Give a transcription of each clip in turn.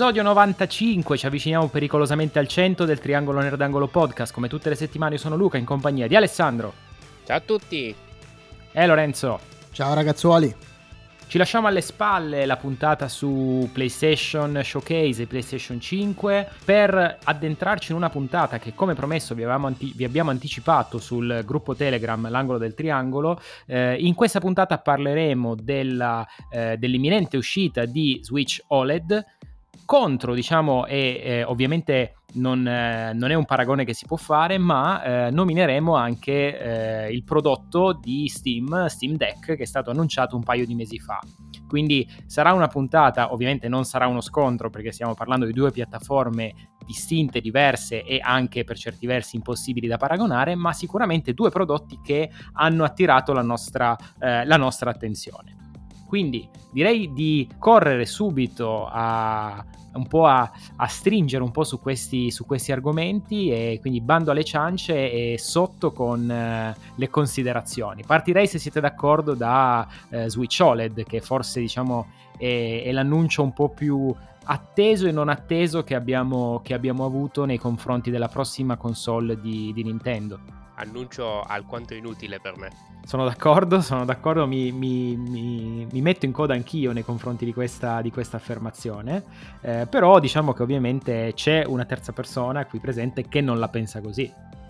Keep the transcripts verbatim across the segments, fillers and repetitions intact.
Episodio novantacinque, ci avviciniamo pericolosamente al cento del Triangolo Nerdangolo Podcast. Come tutte le settimane io sono Luca in compagnia di Alessandro. Ciao a tutti. E Lorenzo. Ciao ragazzuoli. Ci lasciamo alle spalle la puntata su PlayStation Showcase e PlayStation cinque per addentrarci in una puntata che, come promesso, vi, avevamo anti- vi abbiamo anticipato sul gruppo Telegram L'Angolo del Triangolo. Eh, in questa puntata parleremo della, eh, dell'imminente uscita di Switch O L E D contro, diciamo, e eh, ovviamente non, eh, non è un paragone che si può fare, ma eh, nomineremo anche eh, il prodotto di Steam, Steam Deck, che è stato annunciato un paio di mesi fa. Quindi sarà una puntata, ovviamente non sarà uno scontro perché stiamo parlando di due piattaforme distinte, diverse e anche per certi versi impossibili da paragonare, ma sicuramente due prodotti che hanno attirato la nostra, eh, la nostra attenzione. Quindi direi di correre subito a un po' a, a stringere un po' su questi, su questi argomenti, e quindi bando alle ciance e sotto con eh, le considerazioni. Partirei, se siete d'accordo, da eh, Switch O L E D, che forse, diciamo, è, è l'annuncio un po' più atteso e non atteso che abbiamo, che abbiamo avuto nei confronti della prossima console di, di Nintendo. Annuncio alquanto inutile per me. Sono d'accordo, sono d'accordo, mi, mi, mi, mi metto in coda anch'io nei confronti di questa, di questa affermazione, eh, però diciamo che ovviamente c'è una terza persona qui presente che non la pensa così.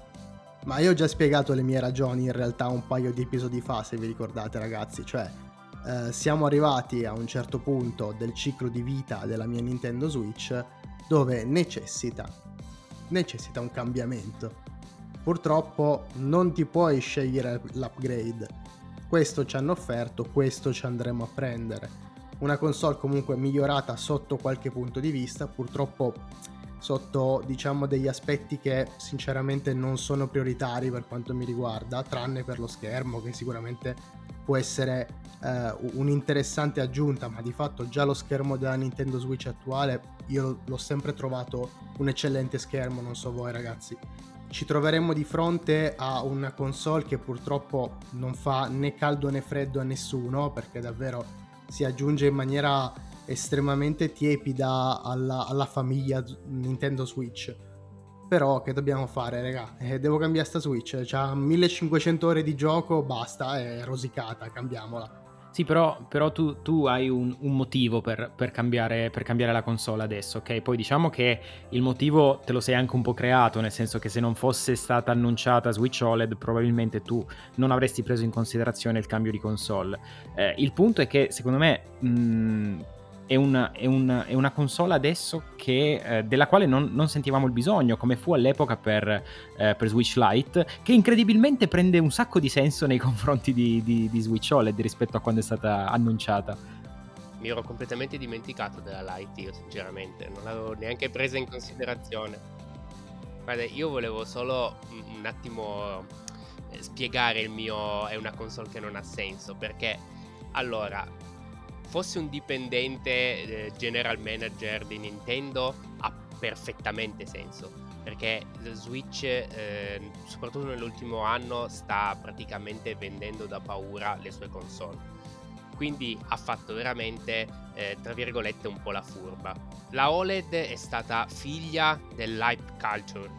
Ma io ho già spiegato le mie ragioni in realtà un paio di episodi fa, se vi ricordate ragazzi, cioè eh, siamo arrivati a un certo punto del ciclo di vita della mia Nintendo Switch dove necessita, necessita un cambiamento. Purtroppo non ti puoi scegliere l'upgrade, questo ci hanno offerto, questo ci andremo a prendere. Una console comunque migliorata sotto qualche punto di vista, purtroppo sotto, diciamo, degli aspetti che sinceramente non sono prioritari per quanto mi riguarda, tranne per lo schermo, che sicuramente può essere eh, un'interessante aggiunta, ma di fatto già lo schermo della Nintendo Switch attuale io l'ho sempre trovato un eccellente schermo, non so voi ragazzi. Ci troveremo di fronte a una console che purtroppo non fa né caldo né freddo a nessuno, perché davvero si aggiunge in maniera estremamente tiepida alla, alla famiglia Nintendo Switch. Però che dobbiamo fare, raga? Eh, devo cambiare sta Switch, c'ha millecinquecento ore di gioco, basta, è rosicata, cambiamola. Sì, però, però tu, tu hai un, un motivo per, per, cambiare, per cambiare la console adesso, ok? Poi diciamo che il motivo te lo sei anche un po' creato, nel senso che se non fosse stata annunciata Switch O L E D probabilmente tu non avresti preso in considerazione il cambio di console. Eh, il punto è che secondo me mh, è, una, è, una, è una console adesso che, eh, della quale non, non sentivamo il bisogno, come fu all'epoca per, eh, per Switch Lite, che incredibilmente prende un sacco di senso nei confronti di, di, di Switch O L E D rispetto a quando è stata annunciata. Mi ero completamente dimenticato della Lite, io sinceramente non l'avevo neanche presa in considerazione. Guarda, io volevo solo un attimo spiegare il mio è una console che non ha senso, perché allora fossi un dipendente eh, general manager di Nintendo ha perfettamente senso, perché Switch eh, soprattutto nell'ultimo anno sta praticamente vendendo da paura le sue console, quindi ha fatto veramente eh, tra virgolette un po' la furba. La O L E D è stata figlia dell'hype culture.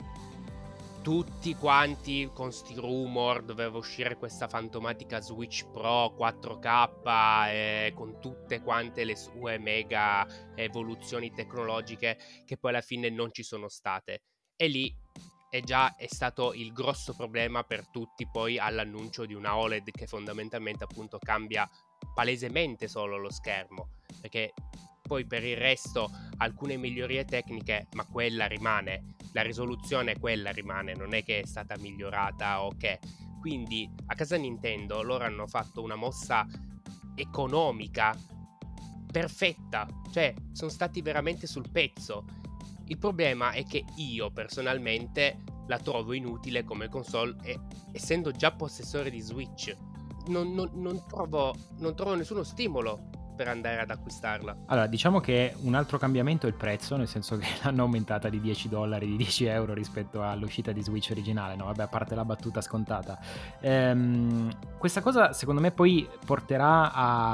Tutti quanti con sti rumor doveva uscire questa fantomatica Switch Pro quattro K eh, con tutte quante le sue mega evoluzioni tecnologiche che poi alla fine non ci sono state, e lì è già è stato il grosso problema per tutti poi all'annuncio di una O L E D che fondamentalmente appunto cambia palesemente solo lo schermo, perché poi per il resto alcune migliorie tecniche, ma quella rimane, la risoluzione quella rimane, non è che è stata migliorata o che. Quindi a casa Nintendo loro hanno fatto una mossa economica perfetta, cioè sono stati veramente sul pezzo. Il problema è che io personalmente la trovo inutile come console, e essendo già possessore di Switch non, non, non trovo non trovo nessuno stimolo per andare ad acquistarla. Allora, diciamo che un altro cambiamento è il prezzo, nel senso che l'hanno aumentata di dieci dollari, di dieci euro rispetto all'uscita di Switch originale, no? Vabbè, a parte la battuta scontata. Ehm, questa cosa secondo me poi porterà a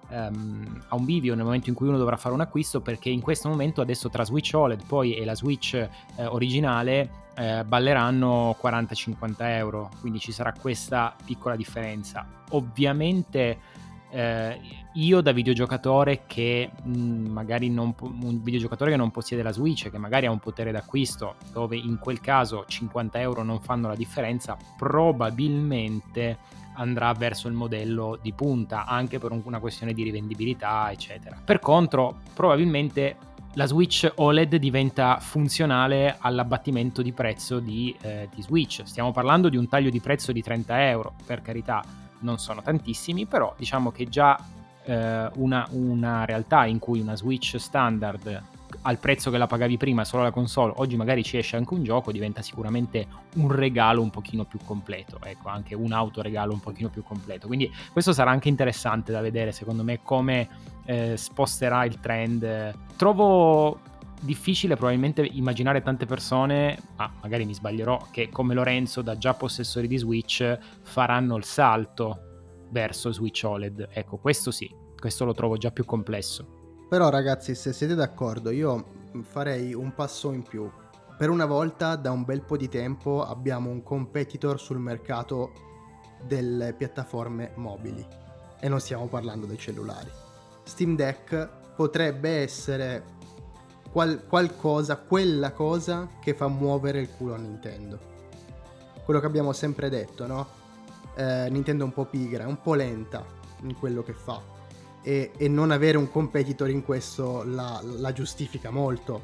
um, a un bivio nel momento in cui uno dovrà fare un acquisto, perché in questo momento adesso tra Switch O L E D poi e la Switch eh, originale eh, balleranno quaranta cinquanta euro, quindi ci sarà questa piccola differenza. Ovviamente eh, io da videogiocatore che mh, magari non po- un videogiocatore che non possiede la Switch, che magari ha un potere d'acquisto dove in quel caso cinquanta euro non fanno la differenza, probabilmente andrà verso il modello di punta, anche per un, una questione di rivendibilità eccetera. Per contro probabilmente la Switch O L E D diventa funzionale all'abbattimento di prezzo di, eh, di Switch. Stiamo parlando di un taglio di prezzo di trenta euro, per carità non sono tantissimi, però diciamo che già eh, una, una realtà in cui una Switch standard al prezzo che la pagavi prima solo la console, oggi magari ci esce anche un gioco, diventa sicuramente un regalo un pochino più completo, ecco, anche un autoregalo un pochino più completo, quindi questo sarà anche interessante da vedere secondo me come eh, sposterà il trend. Trovo difficile probabilmente immaginare tante persone, ma magari mi sbaglierò, che come Lorenzo da già possessori di Switch faranno il salto verso Switch O L E D, ecco, questo sì, questo lo trovo già più complesso. Però ragazzi, se siete d'accordo, io farei un passo in più. Per una volta, da un bel po' di tempo, abbiamo un competitor sul mercato delle piattaforme mobili. E non stiamo parlando dei cellulari. Steam Deck potrebbe essere qual- qualcosa, quella cosa che fa muovere il culo a Nintendo. Quello che abbiamo sempre detto, no? Eh, Nintendo è un po' pigra, è un po' lenta in quello che fa. E, e non avere un competitor in questo la, la giustifica molto.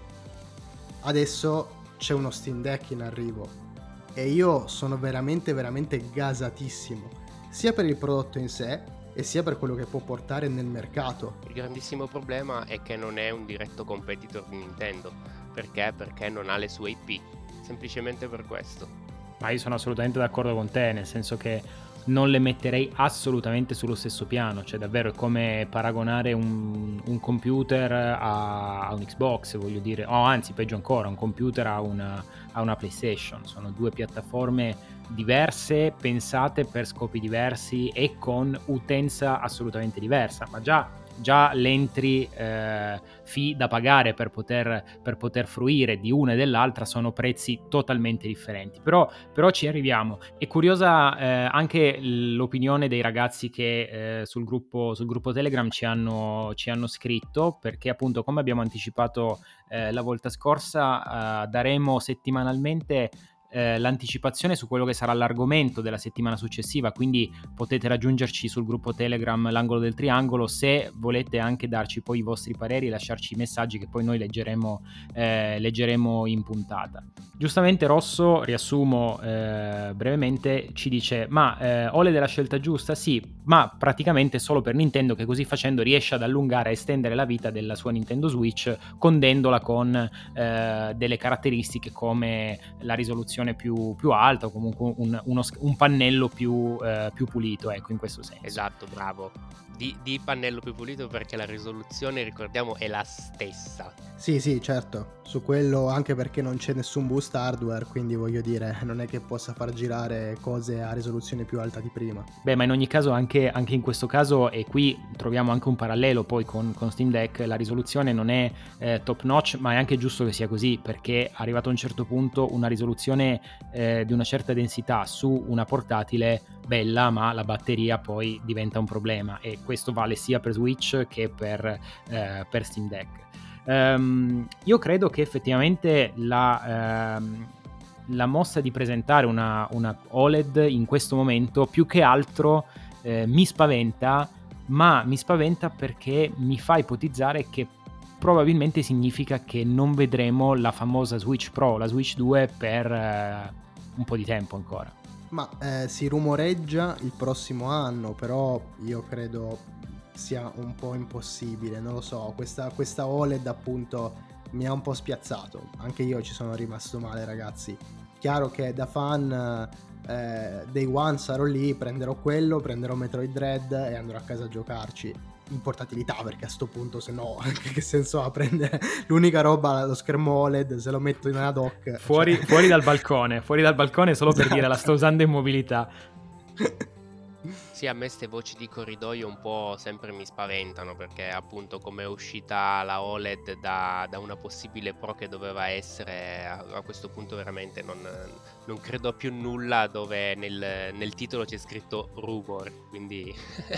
Adesso c'è uno Steam Deck in arrivo e io sono veramente veramente gasatissimo, sia per il prodotto in sé e sia per quello che può portare nel mercato. Il grandissimo problema è che non è un diretto competitor di Nintendo. Perché? Perché non ha le sue I P, semplicemente per questo. Ma io sono assolutamente d'accordo con te, nel senso che non le metterei assolutamente sullo stesso piano, cioè davvero è come paragonare un, un computer a, a un Xbox, voglio dire, o anzi peggio ancora, un computer a una, a una PlayStation. Sono due piattaforme diverse, pensate per scopi diversi e con utenza assolutamente diversa, ma già già l'entry eh, fee da pagare per poter, per poter fruire di una e dell'altra sono prezzi totalmente differenti, però, però ci arriviamo. È curiosa eh, anche l'opinione dei ragazzi che eh, sul gruppo, sul gruppo Telegram ci hanno, ci hanno scritto, perché appunto, come abbiamo anticipato eh, la volta scorsa, eh, daremo settimanalmente Eh, l'anticipazione su quello che sarà l'argomento della settimana successiva, quindi potete raggiungerci sul gruppo Telegram l'angolo del triangolo se volete anche darci poi i vostri pareri e lasciarci i messaggi che poi noi leggeremo, eh, leggeremo in puntata. Giustamente Rosso, riassumo eh, brevemente, ci dice ma eh, O L E D è la scelta giusta? Sì, ma praticamente solo per Nintendo, che così facendo riesce ad allungare e estendere la vita della sua Nintendo Switch, condendola con eh, delle caratteristiche come la risoluzione più, più alta o comunque un, uno, un pannello più, eh, più pulito, ecco, in questo senso. Esatto, bravo. Di, di pannello più pulito, perché la risoluzione, ricordiamo, è la stessa. Sì, sì, certo, su quello, anche perché non c'è nessun boost hardware, quindi voglio dire, non è che possa far girare cose a risoluzione più alta di prima. Beh, ma in ogni caso anche, anche in questo caso, e qui troviamo anche un parallelo poi con, con Steam Deck, la risoluzione non è eh, top notch, ma è anche giusto che sia così, perché arrivato a un certo punto una risoluzione eh, di una certa densità su una portatile bella, ma la batteria poi diventa un problema, e questo vale sia per Switch che per, eh, per Steam Deck. Um, io credo che effettivamente la, um, la mossa di presentare una, una O L E D in questo momento più che altro eh, mi spaventa, ma mi spaventa perché mi fa ipotizzare che probabilmente significa che non vedremo la famosa Switch Pro, la Switch due, per eh, un po' di tempo ancora. Ma eh, si rumoreggia il prossimo anno, però io credo sia un po' impossibile, non lo so, questa, questa O L E D appunto mi ha un po' spiazzato, anche io ci sono rimasto male, ragazzi. Chiaro che da fan eh, Day One sarò lì, prenderò quello, prenderò Metroid Dread e andrò a casa a giocarci in portatilità, perché a sto punto se no che senso ha prendere l'unica roba, lo schermo O L E D, se lo metto in una dock fuori, cioè... fuori dal balcone fuori dal balcone solo esatto. Per dire la sto usando in mobilità. Sì, a me ste voci di corridoio un po' sempre mi spaventano, perché appunto come è uscita la O L E D da, da una possibile Pro che doveva essere, a, a questo punto veramente non, non credo a più nulla dove nel, nel titolo c'è scritto rumor, quindi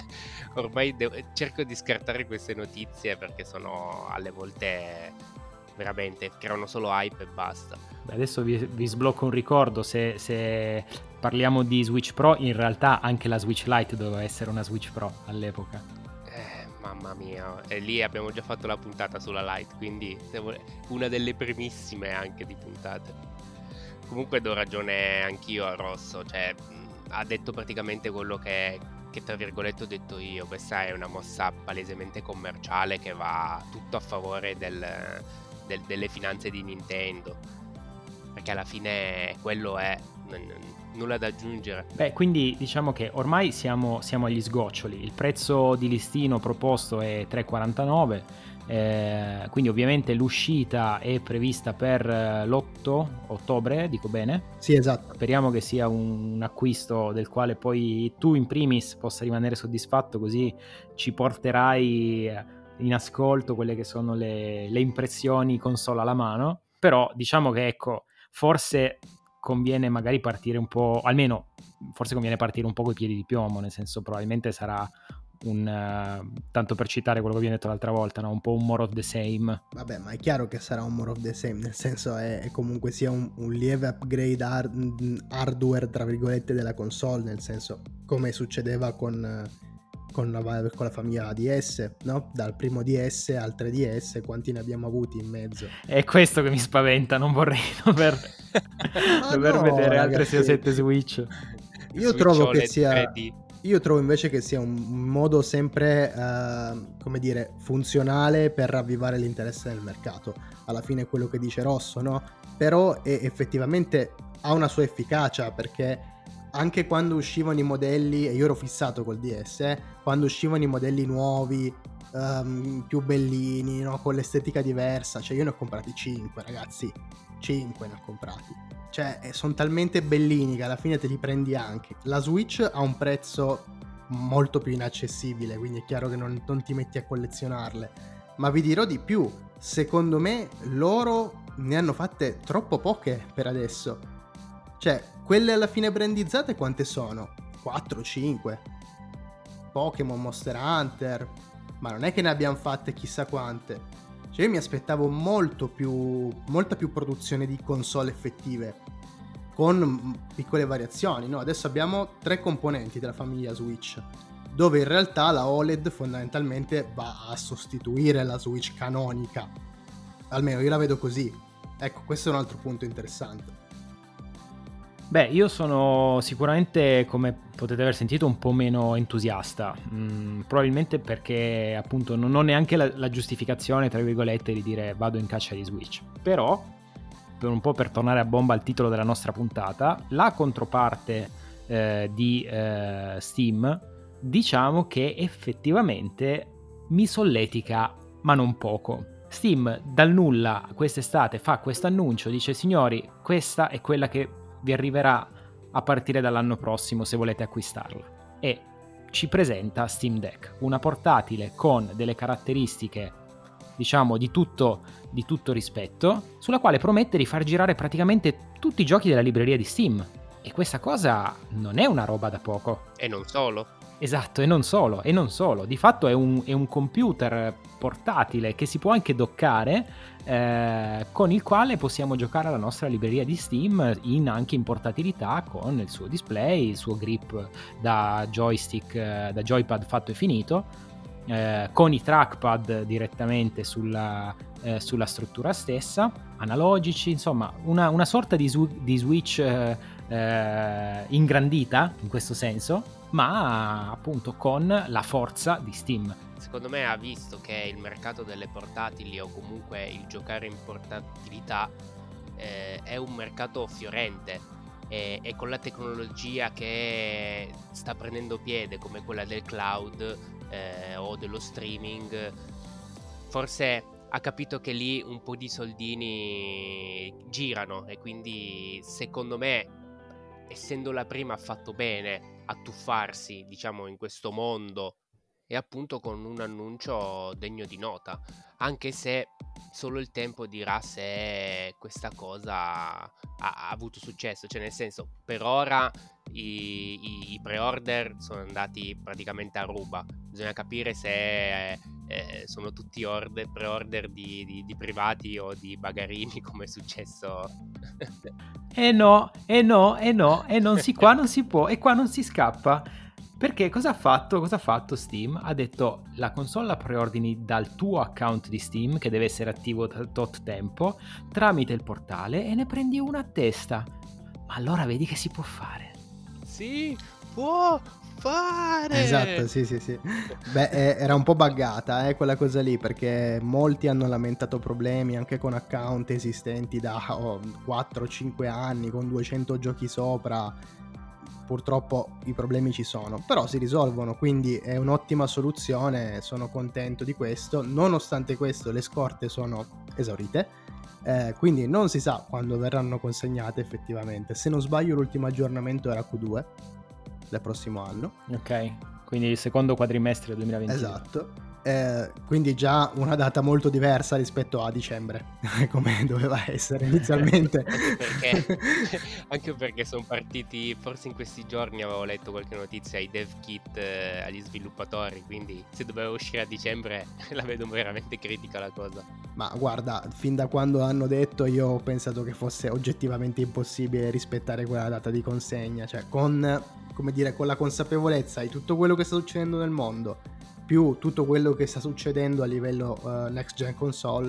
ormai devo- cerco di scartare queste notizie perché sono alle volte veramente creano solo hype e basta. Beh, adesso vi, vi sblocco un ricordo, se, se parliamo di Switch Pro, in realtà anche la Switch Lite doveva essere una Switch Pro all'epoca. Eh, mamma mia, e lì abbiamo già fatto la puntata sulla Lite, quindi se vuole- una delle primissime anche di puntate. Comunque do ragione anch'io a Rosso, cioè mh, ha detto praticamente quello che, che tra virgolette ho detto io. Questa è una mossa palesemente commerciale che va tutto a favore del, del- delle finanze di Nintendo, perché alla fine quello è, n- n- nulla da aggiungere. Beh, quindi diciamo che ormai siamo, siamo agli sgoccioli. Il prezzo di listino proposto è tre virgola quarantanove, eh, quindi ovviamente l'uscita è prevista per eh, l'otto ottobre, dico bene? Sì, esatto. Speriamo che sia un, un acquisto del quale poi tu in primis possa rimanere soddisfatto, così ci porterai in ascolto quelle che sono le, le impressioni console alla mano. Però diciamo che ecco, forse conviene magari partire un po', almeno forse conviene partire un po' coi piedi di piombo, nel senso probabilmente sarà un, uh, tanto per citare quello che viene detto l'altra volta, no? Un po' un more of the same. Vabbè, ma è chiaro che sarà un more of the same, nel senso è, è comunque sia un, un lieve upgrade hard, hardware, tra virgolette, della console, nel senso come succedeva con, con, la, con la famiglia D S, no? Dal primo D S al tre D S, quanti ne abbiamo avuti in mezzo? È questo che mi spaventa, non vorrei dover, dover no, vedere altre ragazzi. sei o sette Switch. Io Switch trovo O L E D che sia... tre D. Io trovo invece che sia un modo sempre, uh, come dire, funzionale per ravvivare l'interesse del mercato. Alla fine è quello che dice Rosso, no? Però è, effettivamente ha una sua efficacia, perché anche quando uscivano i modelli, e io ero fissato col D S, eh, quando uscivano i modelli nuovi, um, più bellini, no? Con l'estetica diversa, cioè io ne ho comprati cinque, ragazzi, cinque ne ho comprati. Cioè, sono talmente bellini che alla fine te li prendi anche. La Switch ha un prezzo molto più inaccessibile, quindi è chiaro che non, non ti metti a collezionarle. Ma vi dirò di più, secondo me loro ne hanno fatte troppo poche per adesso. Cioè, quelle alla fine brandizzate quante sono? quattro cinque. Pokémon, Monster Hunter, ma non è che ne abbiamo fatte chissà quante. Cioè io mi aspettavo molto più, molta più produzione di console effettive, con piccole variazioni, no? Adesso abbiamo tre componenti della famiglia Switch, dove in realtà la O L E D fondamentalmente va a sostituire la Switch canonica. Almeno io la vedo così. Ecco, questo è un altro punto interessante. Beh, io sono sicuramente, come potete aver sentito, un po' meno entusiasta, mm, probabilmente perché appunto non ho neanche la, la giustificazione, tra virgolette, di dire vado in caccia di Switch. Però, per un po' per tornare a bomba al titolo della nostra puntata, la controparte eh, di eh, Steam, diciamo che effettivamente mi solletica, ma non poco. Steam dal nulla quest'estate fa questo annuncio, dice signori, questa è quella che vi arriverà a partire dall'anno prossimo se volete acquistarla, e ci presenta Steam Deck, una portatile con delle caratteristiche diciamo di tutto, di tutto rispetto, sulla quale promette di far girare praticamente tutti i giochi della libreria di Steam, e questa cosa non è una roba da poco. E non solo. Esatto, e non solo, e non solo. Di fatto è un, è un computer portatile che si può anche doccare, eh, con il quale possiamo giocare alla nostra libreria di Steam in, anche in portatilità, con il suo display, il suo grip da joystick, eh, da joypad fatto e finito, eh, con i trackpad direttamente sulla, eh, sulla struttura stessa, analogici, insomma una, una sorta di, su- di Switch eh, eh, ingrandita in questo senso, ma appunto con la forza di Steam. Secondo me ha visto che il mercato delle portatili, o comunque il giocare in portatilità, eh, è un mercato fiorente, e, e con la tecnologia che sta prendendo piede, come quella del cloud eh, o dello streaming, forse ha capito che lì un po' di soldini girano, e quindi secondo me essendo la prima ha fatto bene a tuffarsi, diciamo, in questo mondo, e appunto con un annuncio degno di nota, anche se solo il tempo dirà se questa cosa ha, ha avuto successo, cioè nel senso, per ora i, i, i pre-order sono andati praticamente a ruba, bisogna capire se eh, sono tutti order, pre-order di, di, di privati o di bagarini, come è successo. E no, e no, e no, e non si, qua non si può, e qua non si scappa. Perché cosa ha fatto? Cosa ha fatto Steam? Ha detto: la console la preordini dal tuo account di Steam, che deve essere attivo da tot tempo, tramite il portale, e ne prendi una a testa. Ma allora vedi che si può fare. Sì, può fare! Esatto, sì, sì, sì. Beh, eh, era un po' buggata eh, quella cosa lì, perché molti hanno lamentato problemi anche con account esistenti da oh, quattro cinque anni, con duecento giochi sopra. Purtroppo i problemi ci sono, però si risolvono, quindi è un'ottima soluzione, sono contento di questo. Nonostante questo le scorte sono esaurite, eh, quindi non si sa quando verranno consegnate effettivamente. Se non sbaglio l'ultimo aggiornamento era Q due del prossimo anno. Ok, quindi il secondo quadrimestre del duemilaventi. Esatto. Eh, quindi già una data molto diversa rispetto a dicembre, come doveva essere inizialmente. anche perché, anche perché sono partiti, forse in questi giorni avevo letto qualche notizia, ai dev kit eh, agli sviluppatori, quindi se doveva uscire a dicembre la vedo veramente critica la cosa. Ma guarda, fin da quando hanno detto io ho pensato che fosse oggettivamente impossibile rispettare quella data di consegna, cioè con, come dire, con la consapevolezza di tutto quello che sta succedendo nel mondo, più tutto quello che sta succedendo a livello uh, next gen console,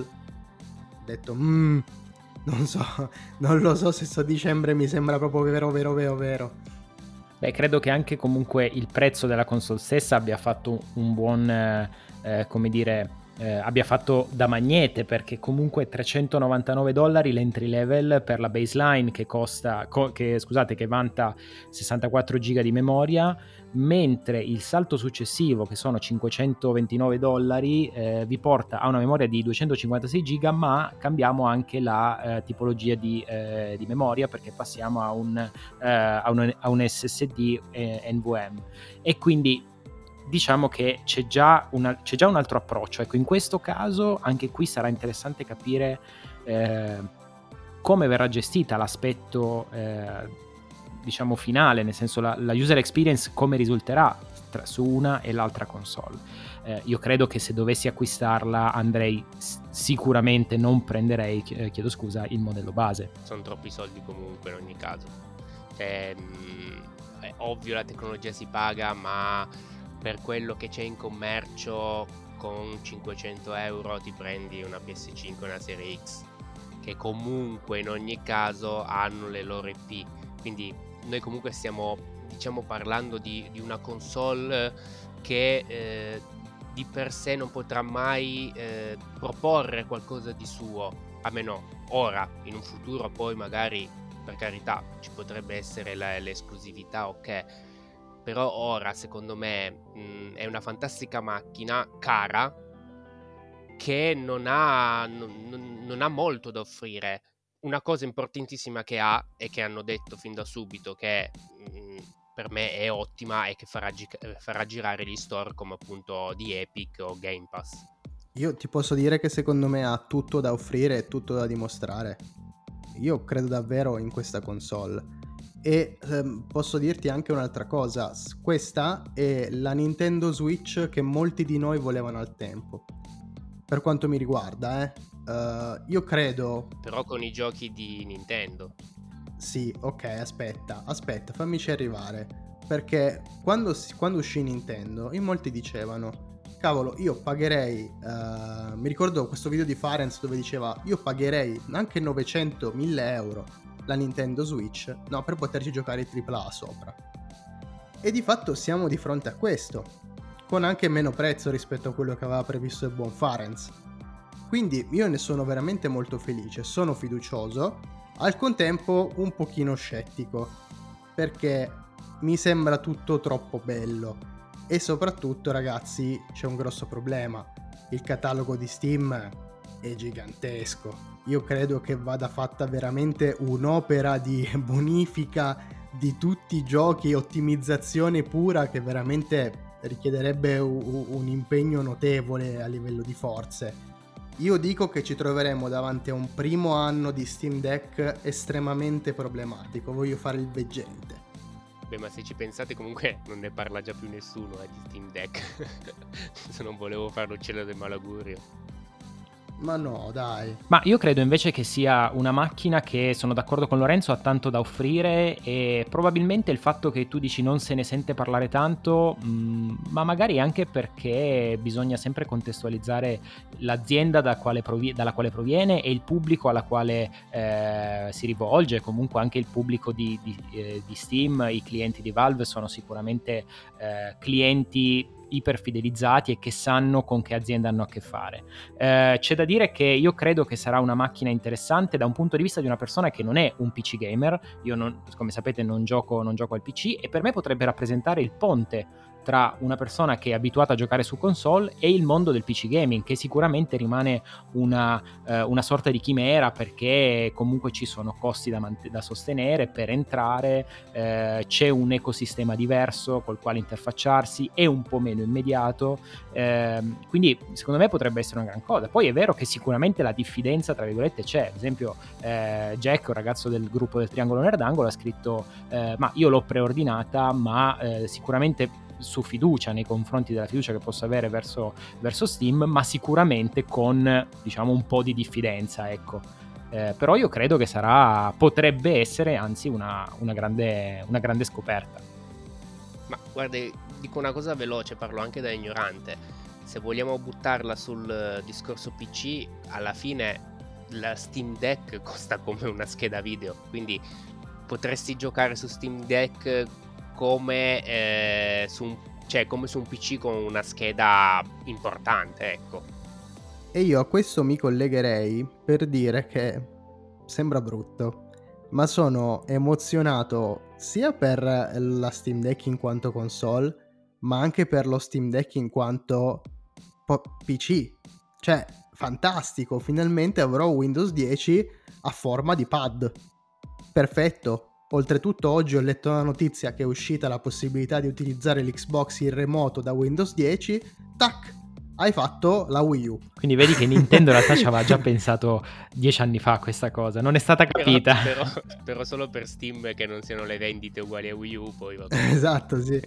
ho detto mm, non so, non lo so se sto dicembre mi sembra proprio vero vero vero vero. Beh, credo che anche comunque il prezzo della console stessa abbia fatto un buon eh, eh, come dire eh, abbia fatto da magnete, perché comunque trecentonovantanove dollari l'entry level per la baseline, che costa co- che scusate che vanta sessantaquattro giga di memoria, mentre il salto successivo, che sono cinquecentoventinove dollari, eh, vi porta a una memoria di duecentocinquantasei giga, ma cambiamo anche la eh, tipologia di, eh, di memoria, perché passiamo a un, eh, a un, a un S S D eh, N V M, e quindi diciamo che c'è già, una, c'è già un altro approccio. Ecco, in questo caso anche qui sarà interessante capire eh, come verrà gestita l'aspetto eh, diciamo finale, nel senso la, la user experience come risulterà tra, su una e l'altra console. Eh, io credo che se dovessi acquistarla andrei s- sicuramente, non prenderei, eh, chiedo scusa, il modello base. Sono troppi soldi comunque in ogni caso. Cioè, mh, è ovvio, la tecnologia si paga, ma per quello che c'è in commercio con cinquecento euro ti prendi una P S cinque e una Serie X, che comunque in ogni caso hanno le loro I P. Quindi noi comunque stiamo, diciamo, parlando di, di una console che eh, di per sé non potrà mai eh, proporre qualcosa di suo, a meno ora, in un futuro poi magari, per carità, ci potrebbe essere la, l'esclusività, ok, però ora secondo me mh, è una fantastica macchina cara che non ha, non, non ha molto da offrire. Una cosa importantissima che ha, e che hanno detto fin da subito che mh, per me è ottima, è che farà, gi- farà girare gli store come appunto di Epic o Game Pass. Io ti posso dire che secondo me ha tutto da offrire e tutto da dimostrare. Io credo davvero in questa console. E ehm, posso dirti anche un'altra cosa: questa è la Nintendo Switch che molti di noi volevano al tempo, per quanto mi riguarda, eh. Uh, io credo... Però con i giochi di Nintendo. Sì, ok, aspetta, aspetta, fammici arrivare. Perché quando, quando uscì Nintendo, in molti dicevano: cavolo, io pagherei... Uh, mi ricordo questo video di Farenz dove diceva: io pagherei anche novecento mille euro la Nintendo Switch, no, per poterci giocare i tripla A sopra. E di fatto siamo di fronte a questo, con anche meno prezzo rispetto a quello che aveva previsto il buon Farenz. Quindi io ne sono veramente molto felice, sono fiducioso, al contempo un pochino scettico, perché mi sembra tutto troppo bello. E soprattutto, ragazzi, c'è un grosso problema: il catalogo di Steam è gigantesco. Io credo che vada fatta veramente un'opera di bonifica di tutti i giochi, ottimizzazione pura, che veramente richiederebbe u- un impegno notevole a livello di forze. Io dico che ci troveremo davanti a un primo anno di Steam Deck estremamente problematico. Voglio fare il veggente. Beh, ma se ci pensate comunque non ne parla già più nessuno eh, di Steam Deck. Se non volevo fare l'uccello del malaugurio. Ma no, dai. Ma io credo invece che sia una macchina che, sono d'accordo con Lorenzo, ha tanto da offrire, e probabilmente il fatto che tu dici non se ne sente parlare tanto, mh, ma magari anche perché bisogna sempre contestualizzare l'azienda da quale provi- dalla quale proviene e il pubblico alla quale eh, si rivolge. Comunque anche il pubblico di, di, eh, di Steam, i clienti di Valve sono sicuramente eh, clienti iperfidelizzati e che sanno con che azienda hanno a che fare. Eh, c'è da dire che io credo che sarà una macchina interessante da un punto di vista di una persona che non è un P C gamer. Io non, come sapete non gioco, non gioco al P C, e per me potrebbe rappresentare il ponte tra una persona che è abituata a giocare su console e il mondo del P C gaming, che sicuramente rimane una, eh, una sorta di chimera, perché comunque ci sono costi da, man- da sostenere per entrare, eh, c'è un ecosistema diverso col quale interfacciarsi, è un po' meno immediato, eh, quindi secondo me potrebbe essere una gran cosa. Poi è vero che sicuramente la diffidenza tra virgolette c'è. Ad esempio eh, Jack, un ragazzo del gruppo del Triangolo Nerdangolo, ha scritto eh, ma io l'ho preordinata, ma eh, sicuramente su fiducia, nei confronti della fiducia che posso avere verso, verso Steam, ma sicuramente con, diciamo, un po' di diffidenza, ecco. Eh, però io credo che sarà, potrebbe essere anzi una, una, grande, una grande scoperta. Ma guardi, dico una cosa veloce, parlo anche da ignorante. Se vogliamo buttarla sul discorso P C, alla fine la Steam Deck costa come una scheda video, quindi potresti giocare su Steam Deck come, eh, su un, cioè, come su un P C con una scheda importante, ecco. E io a questo mi collegherei per dire che sembra brutto, ma sono emozionato sia per la Steam Deck in quanto console, ma anche per lo Steam Deck in quanto po- P C. Cioè, fantastico, finalmente avrò Windows dieci a forma di pad. Perfetto. Oltretutto oggi ho letto una notizia che è uscita la possibilità di utilizzare l'Xbox in remoto da Windows dieci. Tac! Hai fatto la Wii U. Quindi vedi che Nintendo in realtà ci aveva già pensato dieci anni fa a questa cosa, non è stata capita. Però, però, però solo per Steam che non siano le vendite uguali a Wii U, poi va bene. Esatto, sì.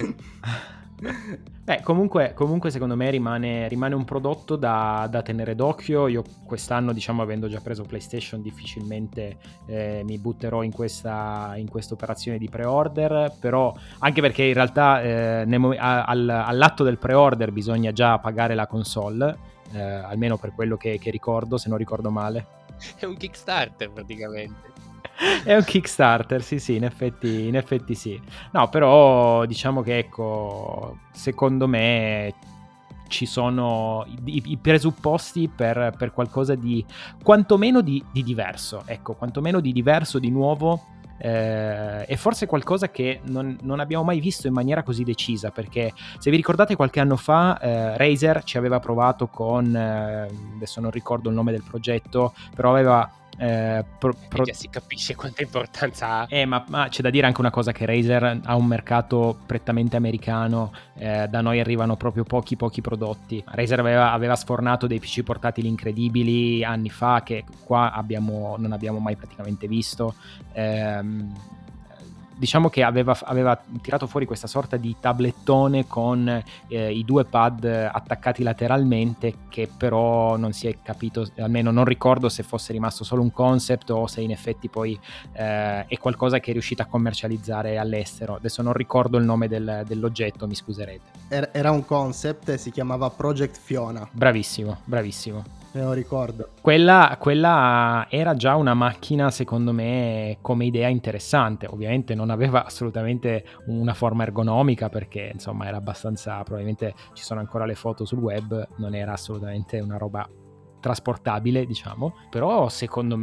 Beh, comunque, comunque secondo me rimane, rimane un prodotto da, da tenere d'occhio. Io quest'anno, diciamo, avendo già preso PlayStation, difficilmente eh, mi butterò in questa in questa operazione di pre-order, però anche perché in realtà eh, nel, al, all'atto del pre-order bisogna già pagare la console, eh, almeno per quello che, che ricordo, se non ricordo male. È un Kickstarter praticamente. È un Kickstarter, sì sì, in effetti, in effetti sì. No, però diciamo che, ecco, secondo me ci sono i, i presupposti per, per qualcosa di quantomeno di, di diverso, ecco, quantomeno di diverso, di nuovo, eh, e forse qualcosa che non, non abbiamo mai visto in maniera così decisa, perché se vi ricordate qualche anno fa eh, Razer ci aveva provato con, eh, adesso non ricordo il nome del progetto, però aveva Eh, pro, pro... E già si capisce quanta importanza ha. Eh, ma, ma c'è da dire anche una cosa, che Razer ha un mercato prettamente americano, eh, da noi arrivano proprio pochi pochi prodotti. Razer aveva, aveva sfornato dei P C portatili incredibili anni fa, che qua abbiamo, non abbiamo mai praticamente visto. Ehm, diciamo che aveva, aveva tirato fuori questa sorta di tablettone con eh, i due pad attaccati lateralmente, che però non si è capito, almeno non ricordo se fosse rimasto solo un concept o se in effetti poi eh, è qualcosa che è riuscita a commercializzare all'estero. Adesso non ricordo il nome del, dell'oggetto, mi scuserete. Era un concept, si chiamava Project Fiona. Bravissimo, bravissimo. Me lo ricordo. Quella, quella era già una macchina, secondo me, come idea interessante. Ovviamente non aveva assolutamente una forma ergonomica, perché insomma era abbastanza, probabilmente ci sono ancora le foto sul web, non era assolutamente una roba trasportabile, diciamo. Però secondo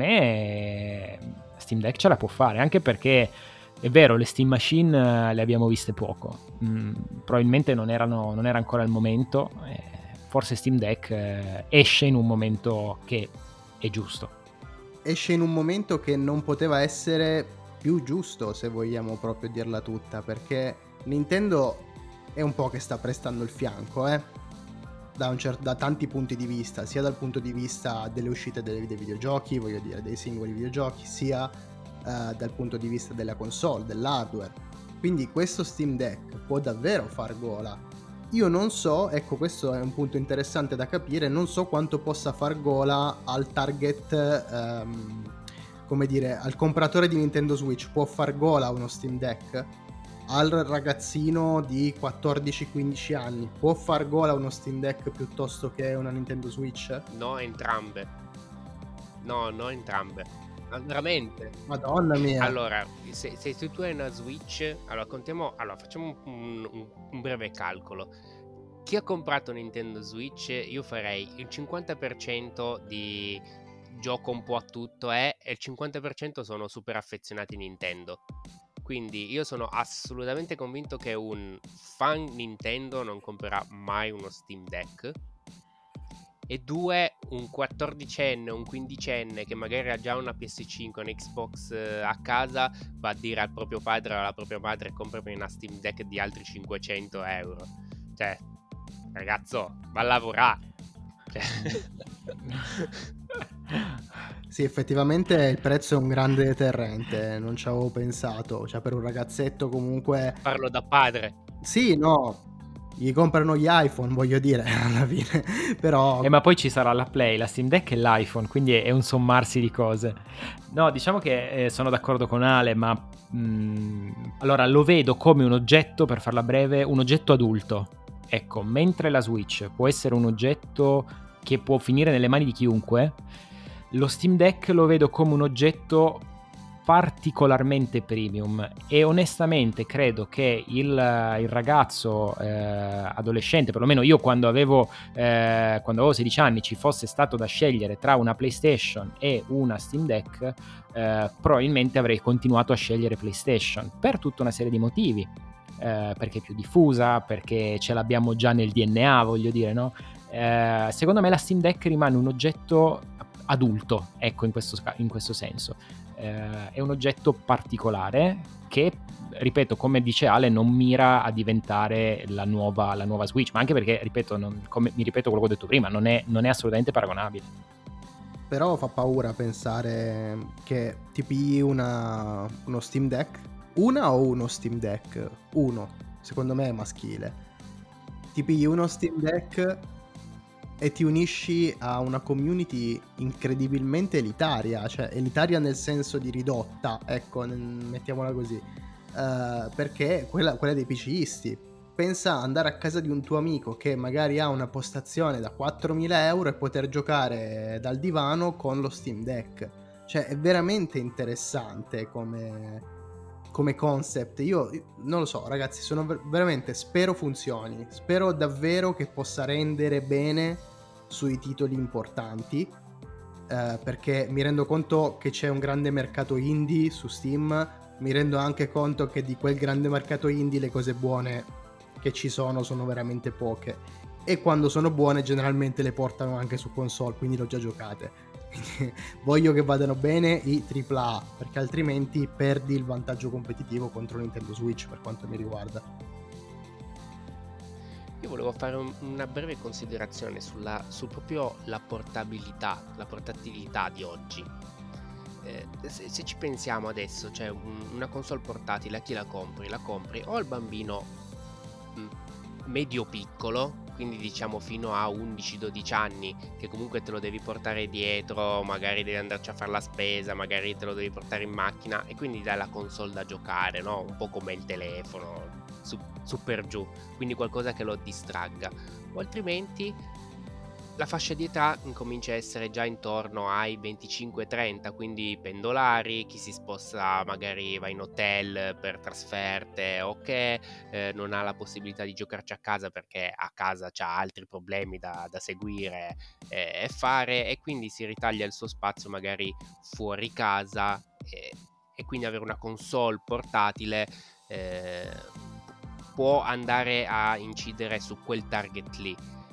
me Steam Deck ce la può fare, anche perché è vero, le Steam Machine le abbiamo viste poco, mm, probabilmente non erano, non era ancora il momento. eh, Forse Steam Deck eh, esce in un momento che è giusto. Esce in un momento che non poteva essere più giusto, se vogliamo proprio dirla tutta, perché Nintendo è un po' che sta prestando il fianco, eh? Da, un cer- da tanti punti di vista, sia dal punto di vista delle uscite dei, dei videogiochi, voglio dire, dei singoli videogiochi, sia eh, dal punto di vista della console, dell'hardware. Quindi questo Steam Deck può davvero far gola. Io non so, ecco, questo è un punto interessante da capire, non so quanto possa far gola al target, ehm, come dire, al compratore di Nintendo Switch. Può far gola uno Steam Deck? Al ragazzino di quattordici quindici anni può far gola uno Steam Deck piuttosto che una Nintendo Switch? No, entrambe. No, no, entrambe. Ma veramente. Madonna mia. Allora, se, se tu hai una Switch, allora contiamo, allora facciamo un, un, un breve calcolo. Chi ha comprato Nintendo Switch, io farei il cinquanta per cento di gioco un po' a tutto è, e il cinquanta per cento sono super affezionati a Nintendo. Quindi io sono assolutamente convinto che un fan Nintendo non comprerà mai uno Steam Deck. E due, un quattordicenne, un quindicenne che magari ha già una P S cinque, un Xbox eh, a casa, va a dire al proprio padre o alla propria madre: comprami una Steam Deck di altri cinquecento euro. Cioè, ragazzo, va a lavorare. Cioè... Sì, effettivamente il prezzo è un grande deterrente, non ci avevo pensato. Cioè, per un ragazzetto comunque... Parlo da padre. Sì, no, gli comprano gli iPhone, voglio dire, alla fine, però... Eh, ma poi ci sarà la Play, la Steam Deck e l'iPhone, quindi è, è un sommarsi di cose. No, diciamo che eh, sono d'accordo con Ale, ma mh, allora lo vedo come un oggetto, per farla breve, un oggetto adulto. Ecco, mentre la Switch può essere un oggetto che può finire nelle mani di chiunque, lo Steam Deck lo vedo come un oggetto particolarmente premium, e onestamente credo che il, il ragazzo eh, adolescente, perlomeno io quando avevo eh, quando avevo sedici anni, ci fosse stato da scegliere tra una PlayStation e una Steam Deck, eh, probabilmente avrei continuato a scegliere PlayStation per tutta una serie di motivi, eh, perché è più diffusa, perché ce l'abbiamo già nel D N A, voglio dire, no? Eh, secondo me la Steam Deck rimane un oggetto adulto, ecco, in questo, in questo senso. Eh, è un oggetto particolare che, ripeto, come dice Ale, non mira a diventare la nuova, la nuova Switch, ma anche perché, ripeto, non, come, mi ripeto quello che ho detto prima, non è, non è assolutamente paragonabile. Però fa paura pensare che ti pigli una, uno Steam Deck, una o uno Steam Deck? Uno, secondo me è maschile. Ti pigli uno Steam Deck e ti unisci a una community incredibilmente elitaria, cioè elitaria nel senso di ridotta, ecco, mettiamola così, uh, perché quella, quella dei PCisti. Pensa andare a casa di un tuo amico che magari ha una postazione da quattromila euro e poter giocare dal divano con lo Steam Deck. Cioè è veramente interessante come, come concept. Io non lo so, ragazzi, sono ver- veramente spero funzioni, spero davvero che possa rendere bene sui titoli importanti, eh, perché mi rendo conto che c'è un grande mercato indie su Steam, mi rendo anche conto che di quel grande mercato indie le cose buone che ci sono sono veramente poche, e quando sono buone generalmente le portano anche su console, quindi l'ho già giocate. Voglio che vadano bene i tripla A, perché altrimenti perdi il vantaggio competitivo contro Nintendo Switch per quanto mi riguarda. Io volevo fare un, una breve considerazione sulla, su proprio la portabilità, la portatilità di oggi. Eh, se, se ci pensiamo adesso, cioè un, una console portatile, a chi la compri? La compri o al bambino mh, medio piccolo, quindi diciamo fino a undici dodici anni, che comunque te lo devi portare dietro, magari devi andarci a fare la spesa, magari te lo devi portare in macchina, e quindi dai la console da giocare, no? Un po' come il telefono, su, su per giù, quindi qualcosa che lo distragga. O altrimenti la fascia di età incomincia a essere già intorno ai venticinque trenta, quindi pendolari, chi si sposta magari va in hotel per trasferte o che eh, non ha la possibilità di giocarci a casa perché a casa c'ha altri problemi da, da seguire eh, e fare, e quindi si ritaglia il suo spazio magari fuori casa, e, e quindi avere una console portatile eh, può andare a incidere su quel target lì.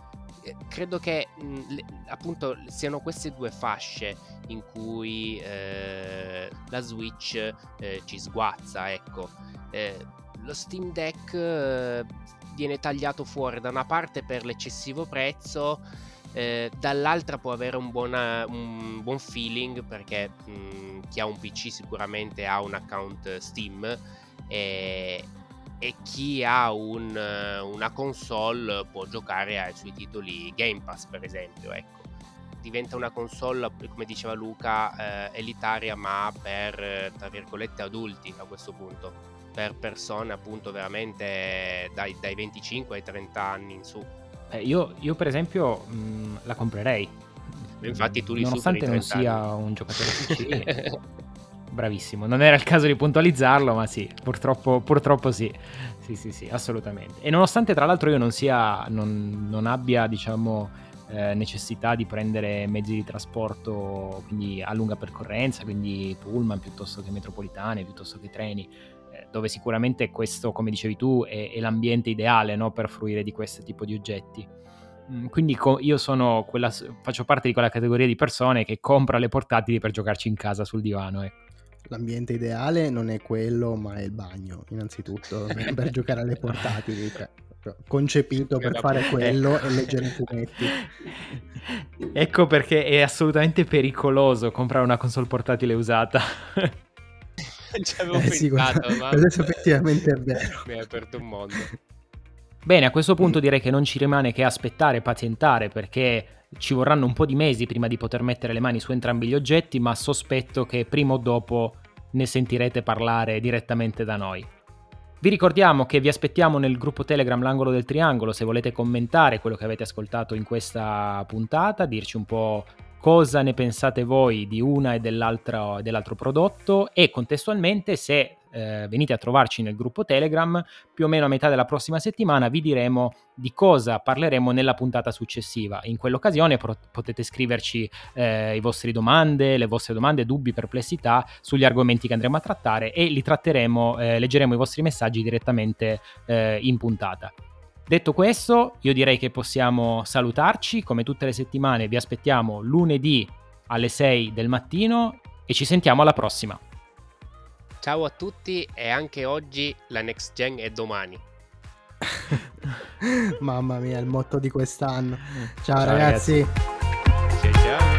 credo che mh, le, appunto siano queste due fasce in cui eh, la Switch eh, ci sguazza, ecco. Eh, lo Steam Deck eh, viene tagliato fuori da una parte per l'eccessivo prezzo, eh, dall'altra può avere un, buona, un buon feeling perché mh, chi ha un P C sicuramente ha un account Steam, e, e chi ha un, una console può giocare ai suoi titoli Game Pass, per esempio, ecco. Diventa una console, come diceva Luca, eh, elitaria, ma per, tra virgolette, adulti a questo punto, per persone appunto veramente dai, dai venticinque ai trenta anni in su. Eh, io, io per esempio mh, la comprerei. Infatti tu li nonostante non superi sia trenta anni. un giocatore P C. Bravissimo, non era il caso di puntualizzarlo, ma sì, purtroppo, purtroppo sì. Sì, sì, sì, assolutamente. E nonostante tra l'altro io non sia, non, non abbia, diciamo, eh, necessità di prendere mezzi di trasporto quindi a lunga percorrenza, quindi pullman piuttosto che metropolitane, piuttosto che treni, eh, dove sicuramente questo, come dicevi tu, è, è l'ambiente ideale, no, per fruire di questo tipo di oggetti. Mm, Quindi co- io sono quella, faccio parte di quella categoria di persone che compra le portatili per giocarci in casa sul divano, ecco. L'ambiente ideale non è quello, ma è il bagno, innanzitutto, per, per giocare alle portatili, cioè, proprio concepito per fare quello e leggere i fumetti. Ecco perché è assolutamente pericoloso comprare una console portatile usata. Non ci avevo Eh sì, pensato, guarda, ma questo effettivamente è vero. mi ha aperto un mondo. Bene, a questo punto direi che non ci rimane che aspettare e pazientare, perché ci vorranno un po' di mesi prima di poter mettere le mani su entrambi gli oggetti, ma sospetto che prima o dopo ne sentirete parlare direttamente da noi. Vi ricordiamo che vi aspettiamo nel gruppo Telegram L'Angolo del Triangolo se volete commentare quello che avete ascoltato in questa puntata, dirci un po' cosa ne pensate voi di una e dell'altro, dell'altro prodotto, e contestualmente se eh, venite a trovarci nel gruppo Telegram più o meno a metà della prossima settimana vi diremo di cosa parleremo nella puntata successiva. In quell'occasione pro- potete scriverci eh, i vostri domande, le vostre domande, dubbi, perplessità sugli argomenti che andremo a trattare, e li tratteremo, eh, leggeremo i vostri messaggi direttamente eh, in puntata. Detto questo, io direi che possiamo salutarci. Come tutte le settimane vi aspettiamo lunedì alle sei del mattino e ci sentiamo alla prossima. Ciao a tutti, e anche oggi la next gen è domani. Mamma mia, il motto di quest'anno. Ciao, Ciao, ragazzi. ragazzi. Ciao ciao.